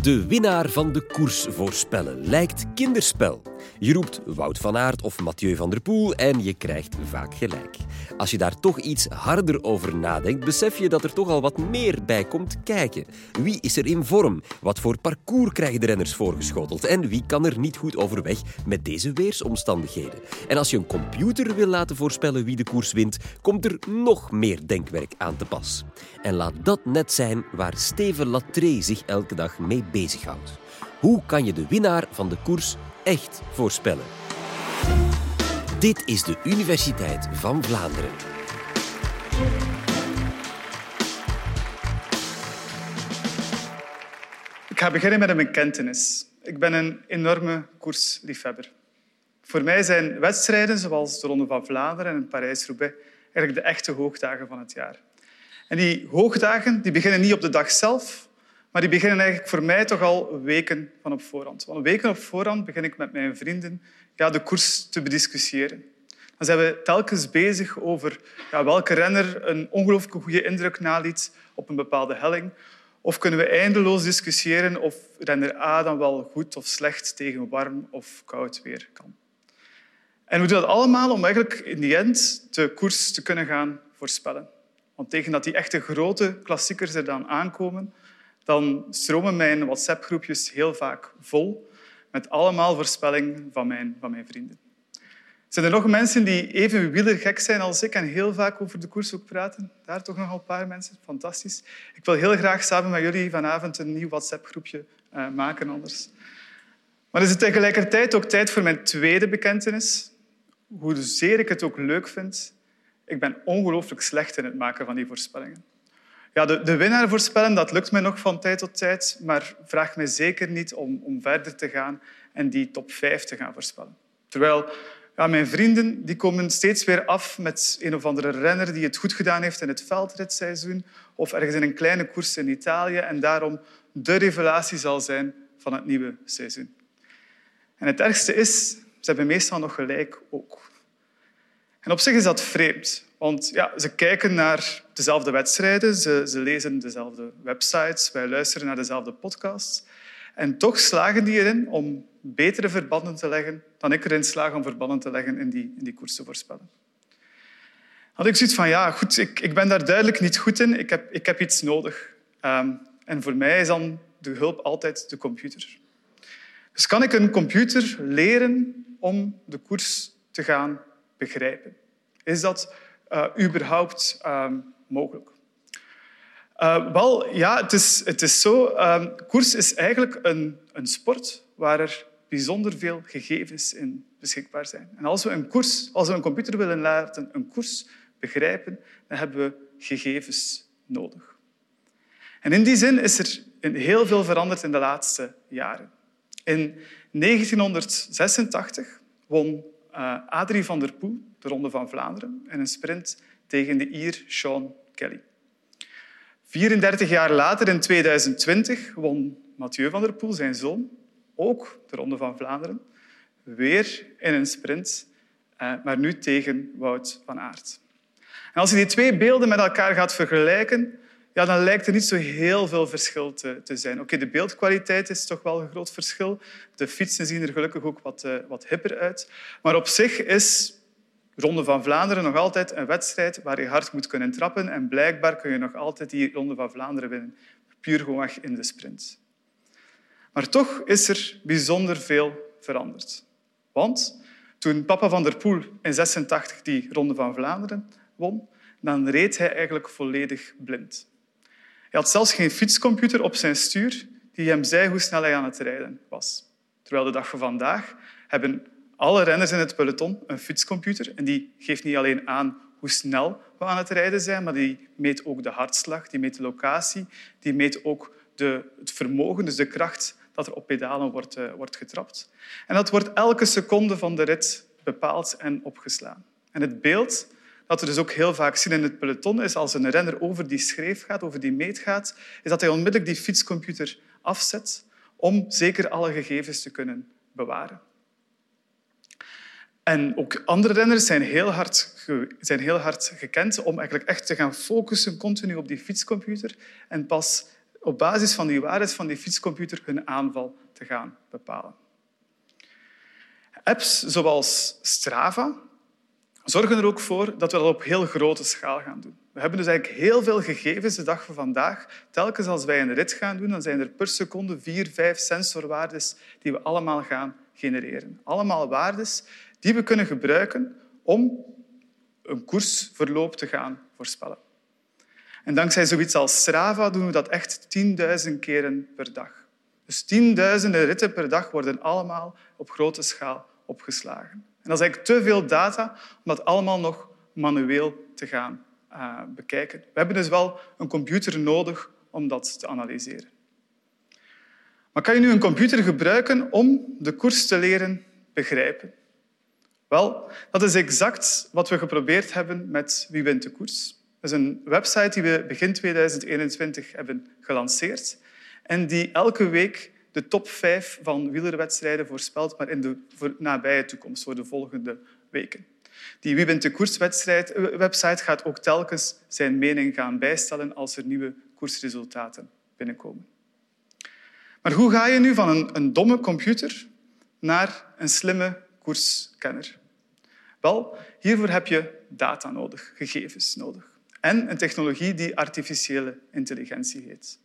De winnaar van de koers voorspellen lijkt kinderspel. Je roept Wout van Aert of Mathieu van der Poel en je krijgt vaak gelijk. Als je daar toch iets harder over nadenkt, besef je dat er toch al wat meer bij komt kijken. Wie is er in vorm? Wat voor parcours krijgen de renners voorgeschoteld? En wie kan er niet goed overweg met deze weersomstandigheden? En als je een computer wil laten voorspellen wie de koers wint, komt er nog meer denkwerk aan te pas. En laat dat net zijn waar Steven Lattre zich elke dag mee bezighoudt. Hoe kan je de winnaar van de koers echt voorspellen? Dit is de Universiteit van Vlaanderen. Ik ga beginnen met een bekentenis. Ik ben een enorme koersliefhebber. Voor mij zijn wedstrijden zoals de Ronde van Vlaanderen en Parijs-Roubaix eigenlijk de echte hoogdagen van het jaar. En die hoogdagen die beginnen niet op de dag zelf, maar die beginnen eigenlijk voor mij toch al weken van op voorhand. Want weken op voorhand begin ik met mijn vrienden de koers te bediscussiëren. Dan zijn we telkens bezig over welke renner een ongelooflijk goede indruk naliet op een bepaalde helling. Of kunnen we eindeloos discussiëren of renner A dan wel goed of slecht tegen warm of koud weer kan. En we doen dat allemaal om eigenlijk in die end de koers te kunnen gaan voorspellen. Want tegen dat die echte grote klassiekers er dan aankomen, dan stromen mijn WhatsApp-groepjes heel vaak vol met allemaal voorspellingen van mijn vrienden. Zijn er nog mensen die even wielergek zijn als ik en heel vaak over de koers ook praten? Daar toch nog een paar mensen. Fantastisch. Ik wil heel graag samen met jullie vanavond een nieuw WhatsApp-groepje maken anders. Maar is het tegelijkertijd ook tijd voor mijn tweede bekentenis. Hoezeer ik het ook leuk vind, ik ben ongelooflijk slecht in het maken van die voorspellingen. Ja, de winnaar voorspellen, dat lukt mij nog van tijd tot tijd, maar vraag mij zeker niet om verder te gaan en die top 5 te gaan voorspellen. Terwijl mijn vrienden die komen steeds weer af met een of andere renner die het goed gedaan heeft in het veldritseizoen of ergens in een kleine koers in Italië en daarom de revelatie zal zijn van het nieuwe seizoen. En het ergste is, ze hebben meestal nog gelijk ook. En op zich is dat vreemd, want ze kijken naar dezelfde wedstrijden, ze lezen dezelfde websites, wij luisteren naar dezelfde podcasts. En toch slagen die erin om betere verbanden te leggen dan ik erin slaag om verbanden te leggen in die koers te voorspellen. Had ik zoiets van, goed, ik ben daar duidelijk niet goed in, ik heb iets nodig. En voor mij is dan de hulp altijd de computer. Dus kan ik een computer leren om de koers te gaan begrijpen? Is dat überhaupt mogelijk? Het is zo. Koers is eigenlijk een sport waar er bijzonder veel gegevens in beschikbaar zijn. En als we een computer willen laten een koers begrijpen, dan hebben we gegevens nodig. En in die zin is er heel veel veranderd in de laatste jaren. In 1986 won Adrie van der Poel de Ronde van Vlaanderen in een sprint tegen de Ier Sean Kelly. 34 jaar later, in 2020, won Mathieu van der Poel, zijn zoon, ook de Ronde van Vlaanderen, weer in een sprint, maar nu tegen Wout van Aert. En als je die twee beelden met elkaar gaat vergelijken, dan lijkt er niet zo heel veel verschil te zijn. Oké, de beeldkwaliteit is toch wel een groot verschil. De fietsen zien er gelukkig ook wat hipper uit. Maar op zich is Ronde van Vlaanderen nog altijd een wedstrijd waar je hard moet kunnen trappen. En blijkbaar kun je nog altijd die Ronde van Vlaanderen winnen. Puur gewoon in de sprint. Maar toch is er bijzonder veel veranderd. Want toen papa van der Poel in 1986 die Ronde van Vlaanderen won, dan reed hij eigenlijk volledig blind. Hij had zelfs geen fietscomputer op zijn stuur die hem zei hoe snel hij aan het rijden was. Terwijl de dag van vandaag hebben alle renners in het peloton een fietscomputer en die geeft niet alleen aan hoe snel we aan het rijden zijn, maar die meet ook de hartslag, die meet de locatie, die meet ook het vermogen, dus de kracht dat er op pedalen wordt getrapt. En dat wordt elke seconde van de rit bepaald en opgeslagen. En het beeld dat we dus ook heel vaak zien in het peloton is als een renner over die schreef gaat, over die meet gaat, is dat hij onmiddellijk die fietscomputer afzet om zeker alle gegevens te kunnen bewaren. En ook andere renners zijn heel hard gekend om eigenlijk echt te gaan focussen continu op die fietscomputer en pas op basis van die waardes van die fietscomputer hun aanval te gaan bepalen. Apps zoals Strava zorgen er ook voor dat we dat op heel grote schaal gaan doen. We hebben dus eigenlijk heel veel gegevens de dag van vandaag. Telkens als wij een rit gaan doen, dan zijn er per seconde 4, 5 sensorwaardes die we allemaal gaan genereren. Allemaal waardes die we kunnen gebruiken om een koersverloop te gaan voorspellen. En dankzij zoiets als Strava doen we dat echt 10.000 keren per dag. Dus 10.000 ritten per dag worden allemaal op grote schaal opgeslagen. En dat is eigenlijk te veel data om dat allemaal nog manueel te gaan bekijken. We hebben dus wel een computer nodig om dat te analyseren. Maar kan je nu een computer gebruiken om de koers te leren begrijpen? Wel, dat is exact wat we geprobeerd hebben met Wie wint de koers? Dat is een website die we begin 2021 hebben gelanceerd en die elke week de top 5 van wielerwedstrijden voorspelt, maar in de nabije toekomst, voor de volgende weken. Die Wie wint de koers-website gaat ook telkens zijn mening gaan bijstellen als er nieuwe koersresultaten binnenkomen. Maar hoe ga je nu van een domme computer naar een slimme koerskenner? Wel, hiervoor heb je data nodig, gegevens nodig. En een technologie die artificiële intelligentie heet.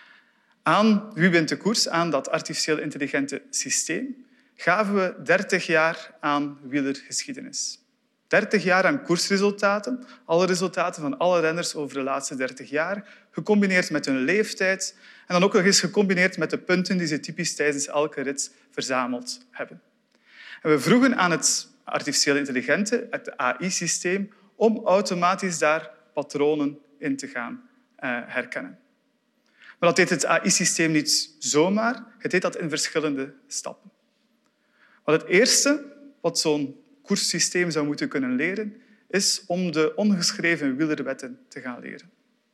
Aan Wie wint de koers, aan dat artificieel intelligente systeem, gaven we 30 jaar aan wielergeschiedenis. 30 jaar aan koersresultaten, alle resultaten van alle renners over de laatste 30 jaar, gecombineerd met hun leeftijd en dan ook nog eens gecombineerd met de punten die ze typisch tijdens elke rit verzameld hebben. En we vroegen aan het artificieel intelligente, het AI-systeem, om automatisch daar patronen in te gaan herkennen. Maar dat deed het AI-systeem niet zomaar, het deed dat in verschillende stappen. Maar het eerste wat zo'n koerssysteem zou moeten kunnen leren, is om de ongeschreven wielerwetten te gaan leren.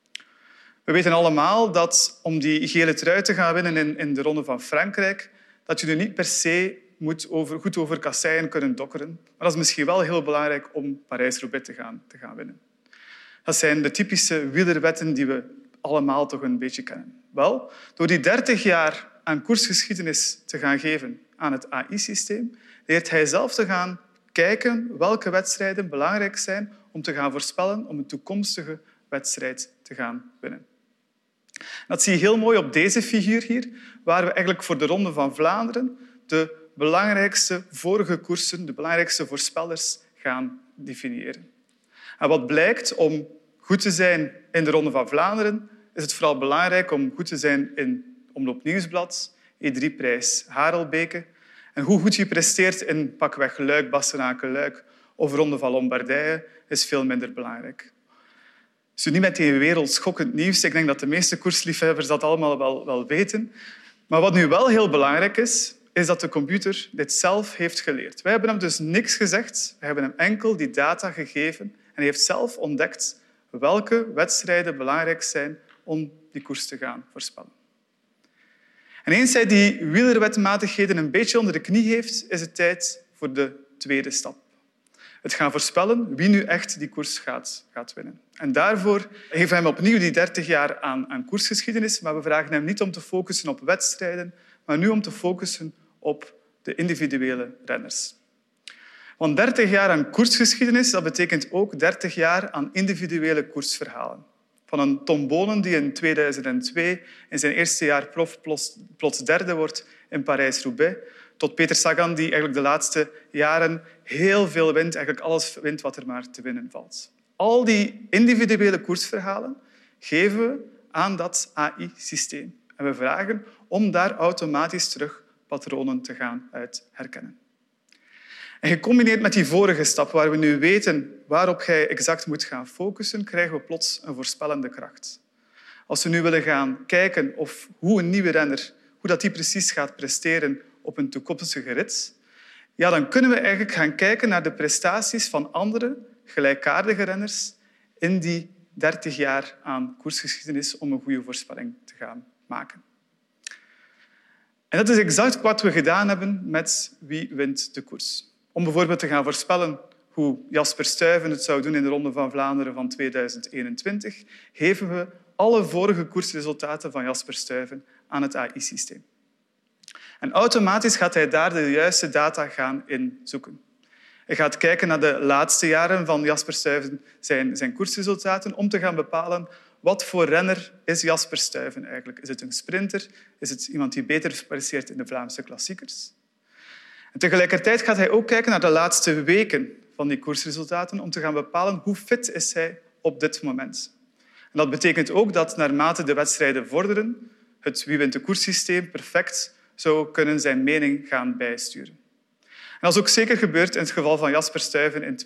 We weten allemaal dat om die gele trui te gaan winnen in de Ronde van Frankrijk, dat je nu niet per se goed over kasseien kunnen dokkeren. Maar dat is misschien wel heel belangrijk om Parijs-Roubaix te gaan winnen. Dat zijn de typische wielerwetten die we allemaal toch een beetje kennen. Wel, door die 30 jaar aan koersgeschiedenis te gaan geven aan het AI-systeem, leert hij zelf te gaan kijken welke wedstrijden belangrijk zijn om te gaan voorspellen om een toekomstige wedstrijd te gaan winnen. Dat zie je heel mooi op deze figuur hier, waar we eigenlijk voor de Ronde van Vlaanderen de belangrijkste vorige koersen, de belangrijkste voorspellers gaan definiëren. En wat blijkt, om goed te zijn in de Ronde van Vlaanderen, is het vooral belangrijk om goed te zijn in Omloop Nieuwsblad, E3-prijs Harelbeke. En hoe goed je presteert in pakweg Luik, Bastenaken-Luik of Ronde van Lombardije is veel minder belangrijk. Dus niet meteen wereldschokkend nieuws. Ik denk dat de meeste koersliefhebbers dat allemaal wel weten. Maar wat nu wel heel belangrijk is, is dat de computer dit zelf heeft geleerd. Wij hebben hem dus niks gezegd. We hebben hem enkel die data gegeven. En hij heeft zelf ontdekt welke wedstrijden belangrijk zijn om die koers te gaan voorspellen. En eens hij die wielerwetmatigheden een beetje onder de knie heeft, is het tijd voor de tweede stap. Het gaan voorspellen wie nu echt die koers gaat winnen. En daarvoor geven we hem opnieuw die 30 jaar aan koersgeschiedenis, maar we vragen hem niet om te focussen op wedstrijden, maar nu om te focussen op de individuele renners. Want 30 jaar aan koersgeschiedenis, dat betekent ook 30 jaar aan individuele koersverhalen. Van een Tom Bonen die in 2002 in zijn eerste jaar prof plots derde wordt in Parijs-Roubaix, tot Peter Sagan die eigenlijk de laatste jaren heel veel wint, eigenlijk alles wint wat er maar te winnen valt. Al die individuele koersverhalen geven we aan dat AI-systeem. En we vragen om daar automatisch terug patronen te gaan uit herkennen. En gecombineerd met die vorige stap, waar we nu weten waarop jij exact moet gaan focussen, krijgen we plots een voorspellende kracht. Als we nu willen gaan kijken hoe een nieuwe renner hoe die precies gaat presteren op een toekomstige rit, ja, dan kunnen we eigenlijk gaan kijken naar de prestaties van andere gelijkaardige renners in die 30 jaar aan koersgeschiedenis om een goede voorspelling te gaan maken. En dat is exact wat we gedaan hebben met Wie wint de koers. Om bijvoorbeeld te gaan voorspellen hoe Jasper Stuyven het zou doen in de Ronde van Vlaanderen van 2021, geven we alle vorige koersresultaten van Jasper Stuyven aan het AI-systeem. En automatisch gaat hij daar de juiste data gaan inzoeken. Hij gaat kijken naar de laatste jaren van Jasper Stuyven zijn koersresultaten om te gaan bepalen wat voor renner is Jasper Stuyven eigenlijk. Is het een sprinter? Is het iemand die beter presteert in de Vlaamse klassiekers? En tegelijkertijd gaat hij ook kijken naar de laatste weken van die koersresultaten om te gaan bepalen hoe fit is hij op dit moment. En dat betekent ook dat naarmate de wedstrijden vorderen, het wie wint de koerssysteem perfect zou kunnen zijn mening gaan bijsturen. En dat is ook zeker gebeurd in het geval van Jasper Stuyven in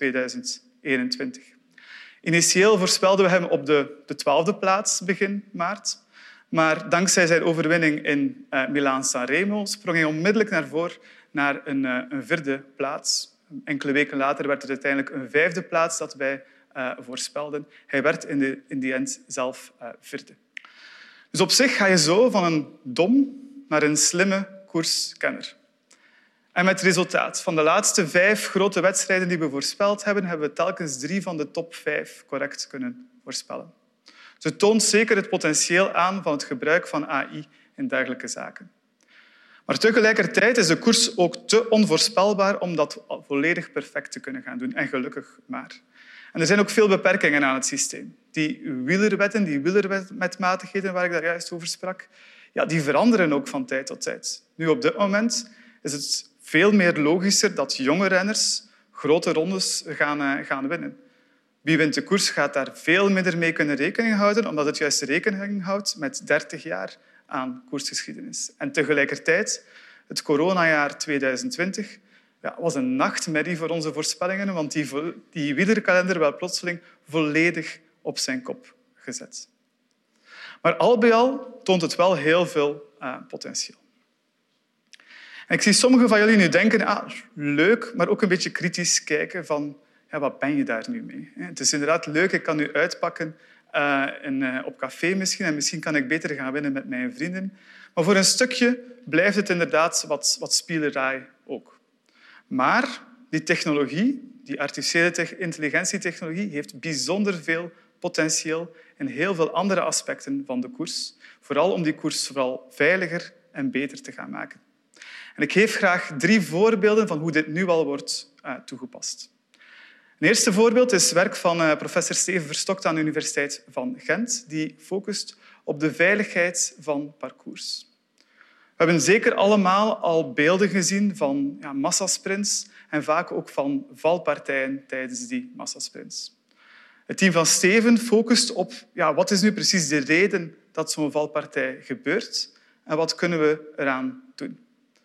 2021. Initieel voorspelden we hem op de 12e plaats begin maart. Maar dankzij zijn overwinning in Milaan-San Remo sprong hij onmiddellijk naar voren naar een 4e plaats. Enkele weken later werd het uiteindelijk een 5e plaats dat wij voorspelden. Hij werd in die end zelf 4e. Dus op zich ga je zo van een dom naar een slimme koerskenner. En met het resultaat van de laatste 5 grote wedstrijden die we voorspeld hebben, hebben we telkens 3 van de top 5 correct kunnen voorspellen. Dus het toont zeker het potentieel aan van het gebruik van AI in dergelijke zaken. Maar tegelijkertijd is de koers ook te onvoorspelbaar om dat volledig perfect te kunnen gaan doen. En gelukkig maar. En er zijn ook veel beperkingen aan het systeem. Die wielerwetten, die wielerwetmatigheden waar ik daar juist over sprak, ja, die veranderen ook van tijd tot tijd. Nu, op dit moment is het veel meer logischer dat jonge renners grote rondes gaan winnen. Wie wint de koers gaat daar veel minder mee kunnen rekening houden, omdat het juist rekening houdt met 30 jaar aan koersgeschiedenis. En tegelijkertijd, het coronajaar 2020 was een nachtmerrie voor onze voorspellingen, want die wielerkalender werd plotseling volledig op zijn kop gezet. Maar al bij al toont het wel heel veel potentieel. En ik zie sommigen van jullie nu denken, leuk, maar ook een beetje kritisch kijken van, wat ben je daar nu mee? Het is inderdaad leuk, ik kan nu uitpakken op café misschien, en misschien kan ik beter gaan winnen met mijn vrienden. Maar voor een stukje blijft het inderdaad wat spielerij ook. Maar die technologie, die artificiële intelligentietechnologie, heeft bijzonder veel potentieel in heel veel andere aspecten van de koers. Vooral om die koers vooral veiliger en beter te gaan maken. En ik geef graag 3 voorbeelden van hoe dit nu al wordt toegepast. Een eerste voorbeeld is werk van professor Steven Verstokt aan de Universiteit van Gent, die focust op de veiligheid van parcours. We hebben zeker allemaal al beelden gezien van massasprints en vaak ook van valpartijen tijdens die massasprints. Het team van Steven focust op wat is nu precies de reden dat zo'n valpartij gebeurt en wat kunnen we eraan doen.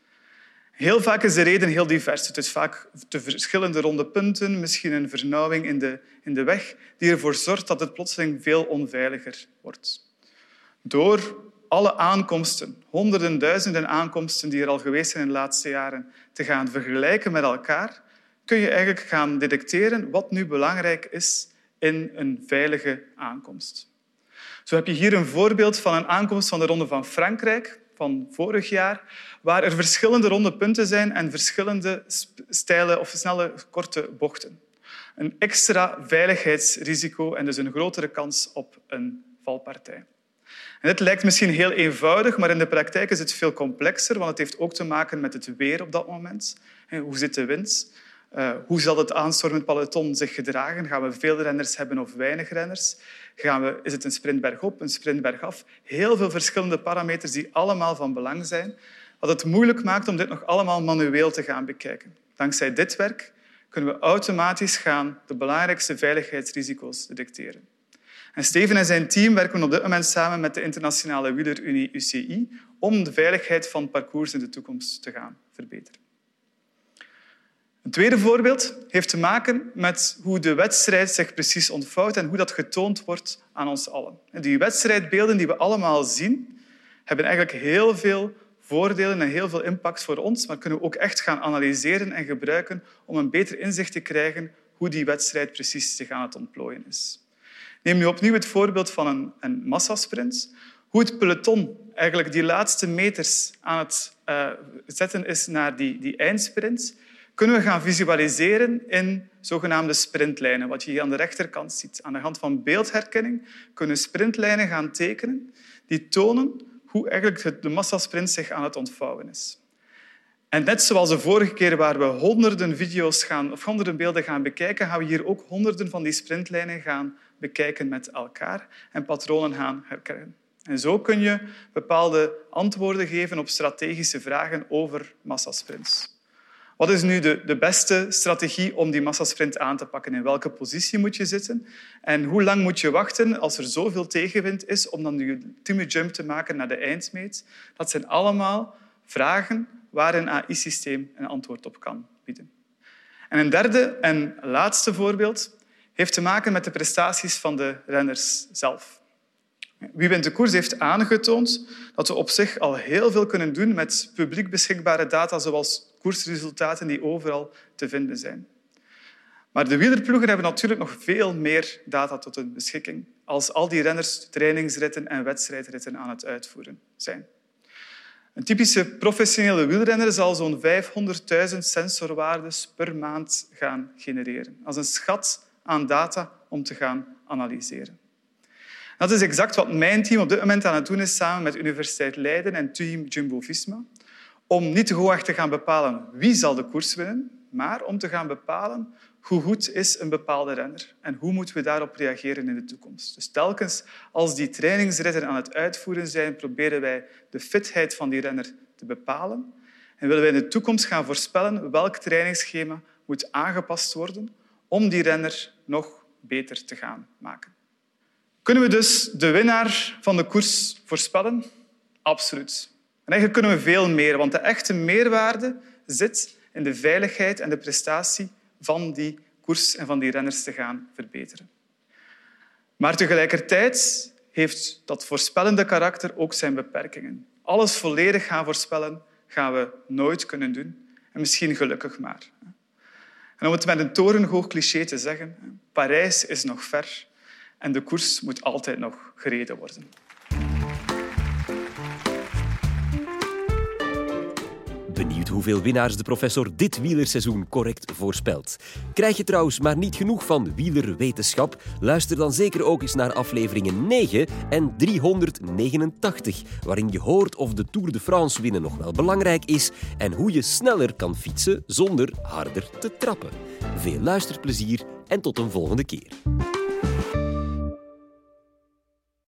Heel vaak is de reden heel divers. Het is vaak de verschillende ronde punten, misschien een vernauwing in de weg, die ervoor zorgt dat het plotseling veel onveiliger wordt. Door alle aankomsten, honderden, duizenden aankomsten die er al geweest zijn in de laatste jaren, te gaan vergelijken met elkaar, kun je eigenlijk gaan detecteren wat nu belangrijk is in een veilige aankomst. Zo heb je hier een voorbeeld van een aankomst van de Ronde van Frankrijk van vorig jaar, waar er verschillende ronde punten zijn en verschillende steile of snelle korte bochten. Een extra veiligheidsrisico en dus een grotere kans op een valpartij. En dit lijkt misschien heel eenvoudig, maar in de praktijk is het veel complexer, want het heeft ook te maken met het weer op dat moment. Hoe zit de wind? Hoe zal het aanstormend peloton zich gedragen? Gaan we veel renners hebben of weinig renners? Is het een sprint bergop, een sprint bergaf? Heel veel verschillende parameters die allemaal van belang zijn, wat het moeilijk maakt om dit nog allemaal manueel te gaan bekijken. Dankzij dit werk kunnen we automatisch gaan de belangrijkste veiligheidsrisico's detecteren. En Steven en zijn team werken op dit moment samen met de Internationale Wielerunie UCI om de veiligheid van parcours in de toekomst te gaan verbeteren. Een tweede voorbeeld heeft te maken met hoe de wedstrijd zich precies ontvouwt en hoe dat getoond wordt aan ons allen. Die wedstrijdbeelden die we allemaal zien, hebben eigenlijk heel veel voordelen en heel veel impact voor ons, maar kunnen we ook echt gaan analyseren en gebruiken om een beter inzicht te krijgen hoe die wedstrijd precies zich aan het ontplooien is. Neem nu opnieuw het voorbeeld van een massasprint. Hoe het peloton eigenlijk die laatste meters aan het zetten is naar die eindsprint, kunnen we gaan visualiseren in zogenaamde sprintlijnen. Wat je hier aan de rechterkant ziet. Aan de hand van beeldherkenning kunnen we sprintlijnen gaan tekenen die tonen hoe eigenlijk de massasprint zich aan het ontvouwen is. En net zoals de vorige keer waar we honderden beelden gaan bekijken, gaan we hier ook honderden van die sprintlijnen gaan bekijken met elkaar en patronen gaan herkennen. En zo kun je bepaalde antwoorden geven op strategische vragen over massasprints. Wat is nu de beste strategie om die massasprint aan te pakken? In welke positie moet je zitten? En hoe lang moet je wachten als er zoveel tegenwind is om dan de ultieme jump te maken naar de eindmeet? Dat zijn allemaal vragen waar een AI-systeem een antwoord op kan bieden. En een derde en laatste voorbeeld heeft te maken met de prestaties van de renners zelf. Wie wint de koers heeft aangetoond dat we op zich al heel veel kunnen doen met publiek beschikbare data, zoals koersresultaten die overal te vinden zijn. Maar de wielerploegen hebben natuurlijk nog veel meer data tot hun beschikking als al die renners trainingsritten en wedstrijdritten aan het uitvoeren zijn. Een typische professionele wielrenner zal zo'n 500.000 sensorwaardes per maand gaan genereren. Dat is een schat aan data om te gaan analyseren. Dat is exact wat mijn team op dit moment aan het doen is samen met Universiteit Leiden en team Jumbo-Visma. Om niet gewoon te gaan bepalen wie zal de koers winnen, maar om te gaan bepalen hoe goed is een bepaalde renner en hoe moeten we daarop reageren in de toekomst. Dus telkens als die trainingsritten aan het uitvoeren zijn, proberen wij de fitheid van die renner te bepalen en willen wij in de toekomst gaan voorspellen welk trainingsschema moet aangepast worden om die renner nog beter te gaan maken. Kunnen we dus de winnaar van de koers voorspellen? Absoluut. En eigenlijk kunnen we veel meer, want de echte meerwaarde zit in de veiligheid en de prestatie van die koers en van die renners te gaan verbeteren. Maar tegelijkertijd heeft dat voorspellende karakter ook zijn beperkingen. Alles volledig gaan voorspellen gaan we nooit kunnen doen. En misschien gelukkig maar. En om het met een torenhoog cliché te zeggen, Parijs is nog ver en de koers moet altijd nog gereden worden. Benieuwd hoeveel winnaars de professor dit wielerseizoen correct voorspelt. Krijg je trouwens maar niet genoeg van wielerwetenschap? Luister dan zeker ook eens naar afleveringen 9 en 389, waarin je hoort of de Tour de France winnen nog wel belangrijk is en hoe je sneller kan fietsen zonder harder te trappen. Veel luisterplezier en tot een volgende keer.